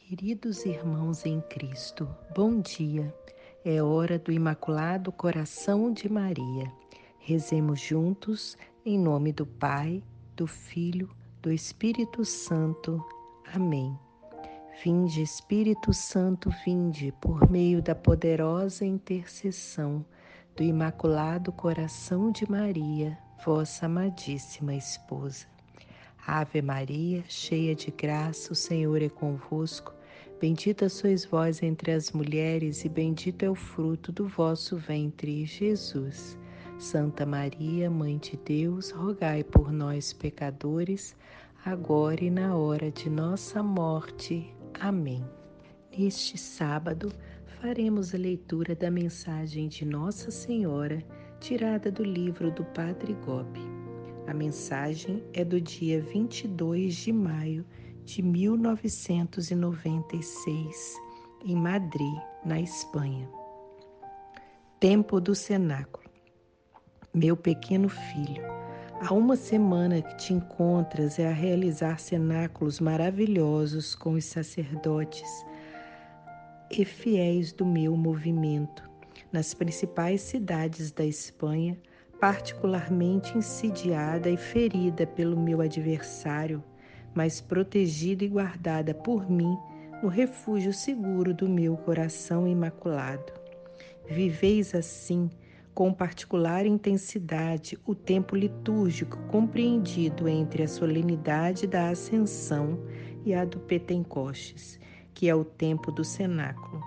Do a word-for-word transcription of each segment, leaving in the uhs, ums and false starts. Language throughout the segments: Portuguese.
Queridos irmãos em Cristo, bom dia. É hora do Imaculado Coração de Maria. Rezemos juntos em nome do Pai, do Filho, do Espírito Santo. Amém. Vinde, Espírito Santo, vinde, por meio da poderosa intercessão do Imaculado Coração de Maria, vossa amadíssima esposa. Ave Maria, cheia de graça, o Senhor é convosco. Bendita sois vós entre as mulheres e bendito é o fruto do vosso ventre, Jesus. Santa Maria, Mãe de Deus, rogai por nós, pecadores, agora e na hora de nossa morte. Amém. Neste sábado, faremos a leitura da mensagem de Nossa Senhora, tirada do livro do Padre Gobi. A mensagem é do dia vinte e dois de maio de mil novecentos e noventa e seis, em Madrid, na Espanha. Tempo do cenáculo. Meu pequeno filho, há uma semana que te encontras a realizar cenáculos maravilhosos com os sacerdotes e fiéis do meu movimento, nas principais cidades da Espanha, particularmente insidiada e ferida pelo meu adversário, mas protegida e guardada por mim no refúgio seguro do meu coração imaculado. Viveis assim, com particular intensidade, o tempo litúrgico compreendido entre a solenidade da Ascensão e a do Pentecostes, que é o tempo do cenáculo.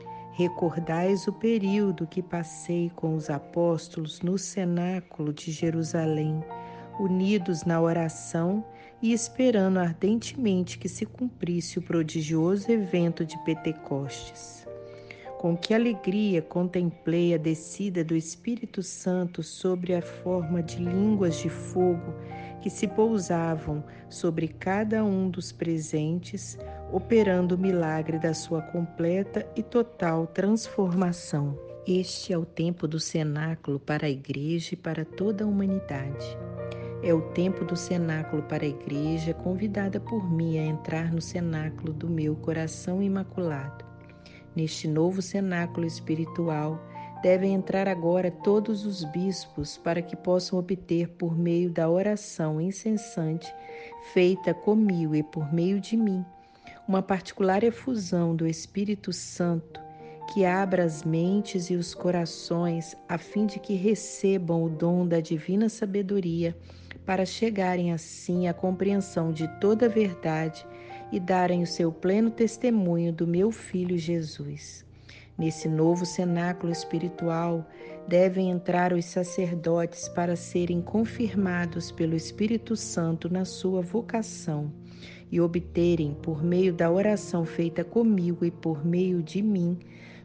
Recordais o período que passei com os apóstolos no cenáculo de Jerusalém, unidos na oração e esperando ardentemente que se cumprisse o prodigioso evento de Pentecostes. Com que alegria contemplei a descida do Espírito Santo sobre a forma de línguas de fogo que se pousavam sobre cada um dos presentes, operando o milagre da sua completa e total transformação. Este é o tempo do cenáculo para a Igreja e para toda a humanidade. É o tempo do cenáculo para a Igreja, convidada por mim a entrar no cenáculo do meu coração imaculado. Neste novo cenáculo espiritual, devem entrar agora todos os bispos para que possam obter, por meio da oração incessante, feita comigo e por meio de mim, uma particular efusão do Espírito Santo que abra as mentes e os corações a fim de que recebam o dom da divina sabedoria para chegarem assim à compreensão de toda a verdade e darem o seu pleno testemunho do meu Filho Jesus. Nesse novo cenáculo espiritual, devem entrar os sacerdotes para serem confirmados pelo Espírito Santo na sua vocação e obterem, por meio da oração feita comigo e por meio de mim,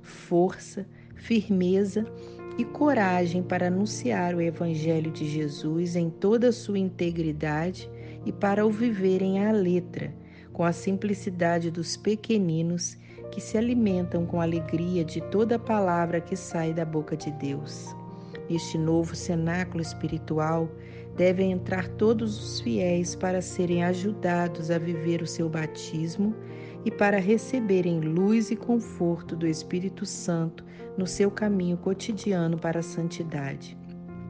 força, firmeza e coragem para anunciar o Evangelho de Jesus em toda a sua integridade e para o viverem à letra, com a simplicidade dos pequeninos que se alimentam com alegria de toda a palavra que sai da boca de Deus. Neste novo cenáculo espiritual, devem entrar todos os fiéis para serem ajudados a viver o seu batismo e para receberem luz e conforto do Espírito Santo no seu caminho cotidiano para a santidade.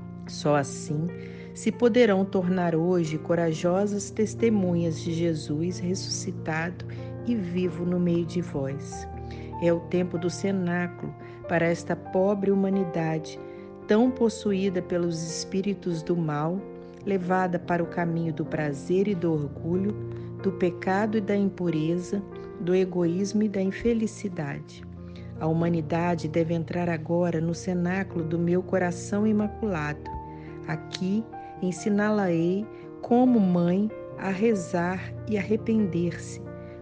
Só assim se poderão tornar hoje corajosas testemunhas de Jesus ressuscitado e vivo no meio de vós. É o tempo do cenáculo para esta pobre humanidade, tão possuída pelos espíritos do mal, levada para o caminho do prazer e do orgulho, do pecado e da impureza, do egoísmo e da infelicidade. A humanidade deve entrar agora no cenáculo do meu coração imaculado. Aqui ensiná-la-ei como mãe a rezar e arrepender-se,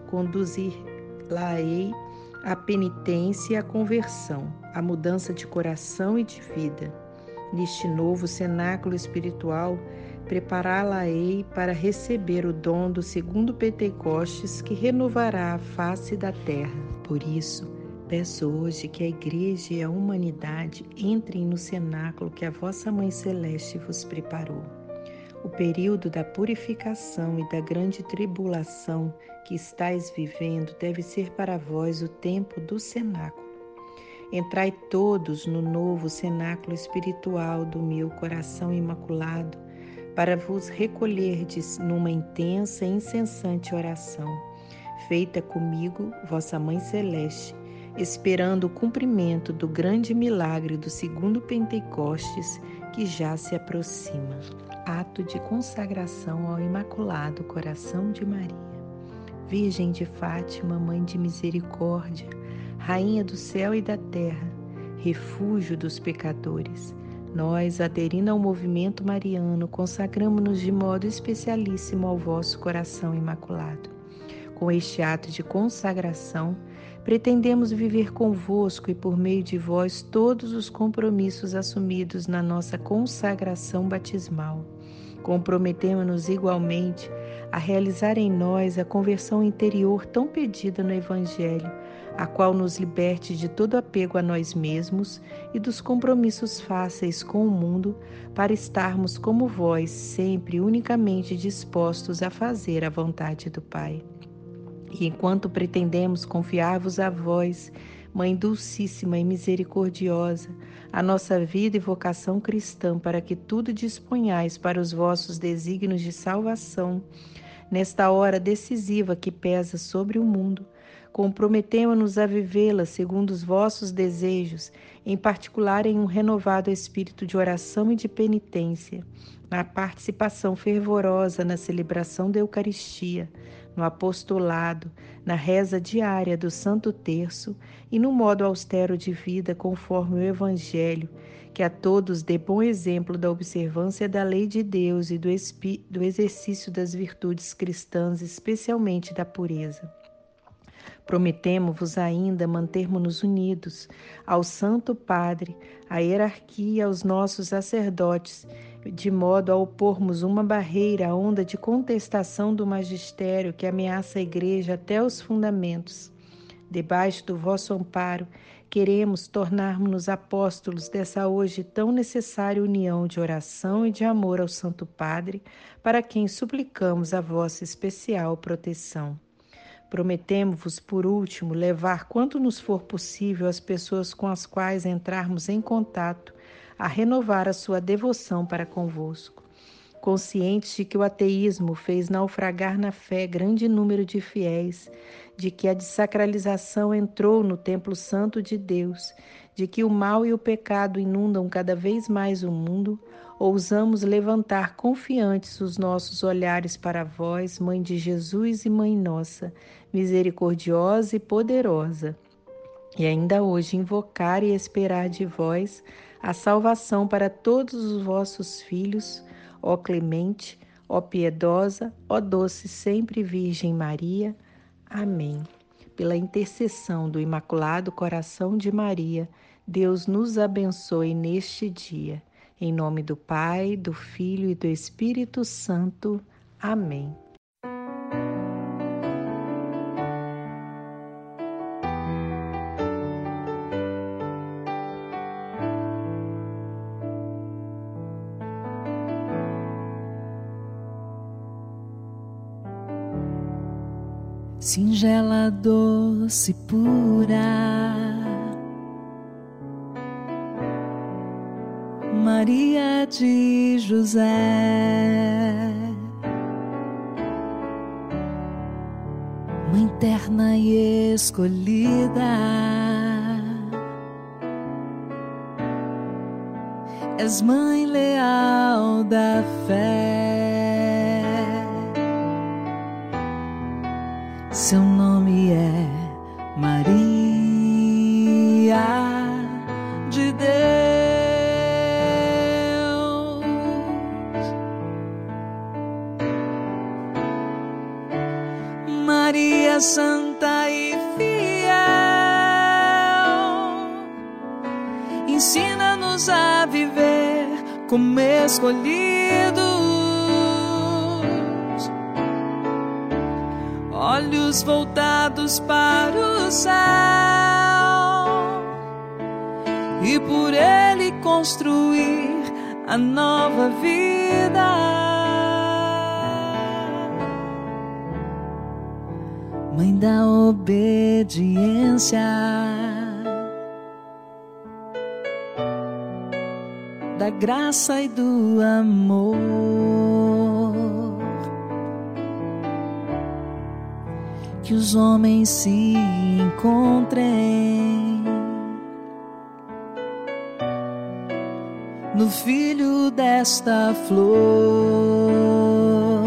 conduzir-la-ei à penitência e à conversão, à mudança de coração e de vida. Neste novo cenáculo espiritual, prepará-la-ei para receber o dom do segundo Pentecostes que renovará a face da terra. Por isso, peço hoje que a Igreja e a humanidade entrem no cenáculo que a vossa Mãe Celeste vos preparou. O período da purificação e da grande tribulação que estáis vivendo deve ser para vós o tempo do cenáculo. Entrai todos no novo cenáculo espiritual do meu coração imaculado, para vos recolherdes numa intensa e incessante oração, feita comigo, vossa Mãe Celeste, esperando o cumprimento do grande milagre do segundo Pentecostes, que já se aproxima. Ato de consagração ao Imaculado Coração de Maria. Virgem de Fátima, Mãe de Misericórdia, Rainha do céu e da terra, refúgio dos pecadores, nós, aderindo ao movimento mariano, consagramos-nos de modo especialíssimo ao vosso coração imaculado. Com este ato de consagração, pretendemos viver convosco e por meio de vós todos os compromissos assumidos na nossa consagração batismal. Comprometemos-nos igualmente a realizar em nós a conversão interior tão pedida no Evangelho, a qual nos liberte de todo apego a nós mesmos e dos compromissos fáceis com o mundo, para estarmos como vós, sempre unicamente dispostos a fazer a vontade do Pai. E enquanto pretendemos confiar-vos a vós, Mãe dulcíssima e misericordiosa, a nossa vida e vocação cristã, para que tudo disponhais para os vossos desígnios de salvação, nesta hora decisiva que pesa sobre o mundo, comprometemo-nos a vivê-la segundo os vossos desejos, em particular em um renovado espírito de oração e de penitência, na participação fervorosa na celebração da Eucaristia, no apostolado, na reza diária do Santo Terço e no modo austero de vida conforme o Evangelho, que a todos dê bom exemplo da observância da lei de Deus e do, do exercício das virtudes cristãs, especialmente da pureza. Prometemo-vos ainda mantermos-nos unidos ao Santo Padre, à hierarquia e aos nossos sacerdotes, de modo a opormos uma barreira à onda de contestação do magistério que ameaça a Igreja até os fundamentos. Debaixo do vosso amparo, queremos tornarmos-nos apóstolos dessa hoje tão necessária união de oração e de amor ao Santo Padre, para quem suplicamos a vossa especial proteção. Prometemo-vos, por último, levar quanto nos for possível as pessoas com as quais entrarmos em contato a renovar a sua devoção para convosco. Conscientes de que o ateísmo fez naufragar na fé grande número de fiéis, de que a desacralização entrou no templo santo de Deus, de que o mal e o pecado inundam cada vez mais o mundo, ousamos levantar confiantes os nossos olhares para vós, Mãe de Jesus e Mãe nossa, misericordiosa e poderosa, e ainda hoje invocar e esperar de vós a salvação para todos os vossos filhos, ó clemente, ó piedosa, ó doce sempre Virgem Maria. Amém. Pela intercessão do Imaculado Coração de Maria, Deus nos abençoe neste dia. Em nome do Pai, do Filho e do Espírito Santo. Amém. Singela, doce, pura, Maria de José, Mãe terna e escolhida, és Mãe leal da fé. Seu nome é Maria de Deus, Maria santa e fiel, ensina-nos a viver como escolhidos, olhos voltados para o céu, e por ele construir a nova vida. Mãe da obediência, da graça e do amor, que os homens se encontrem no filho desta flor.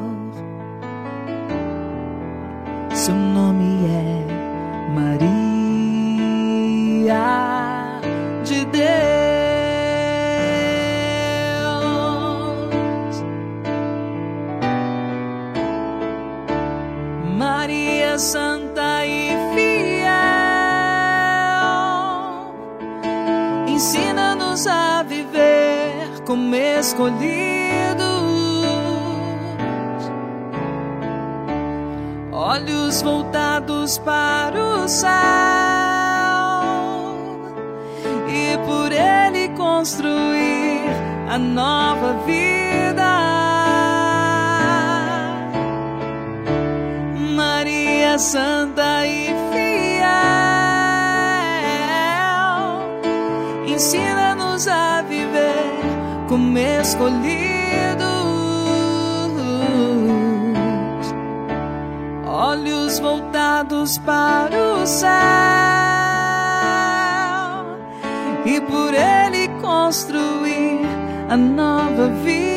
Seu nome é Maria de Deus, Maria santa e fiel, ensina-nos a viver como escolhidos, olhos voltados para o céu, e por ele construir a nova vida. Maria santa e fiel, ensina-nos a viver como escolhidos, olhos voltados para o céu, e por ele construir a nova vida.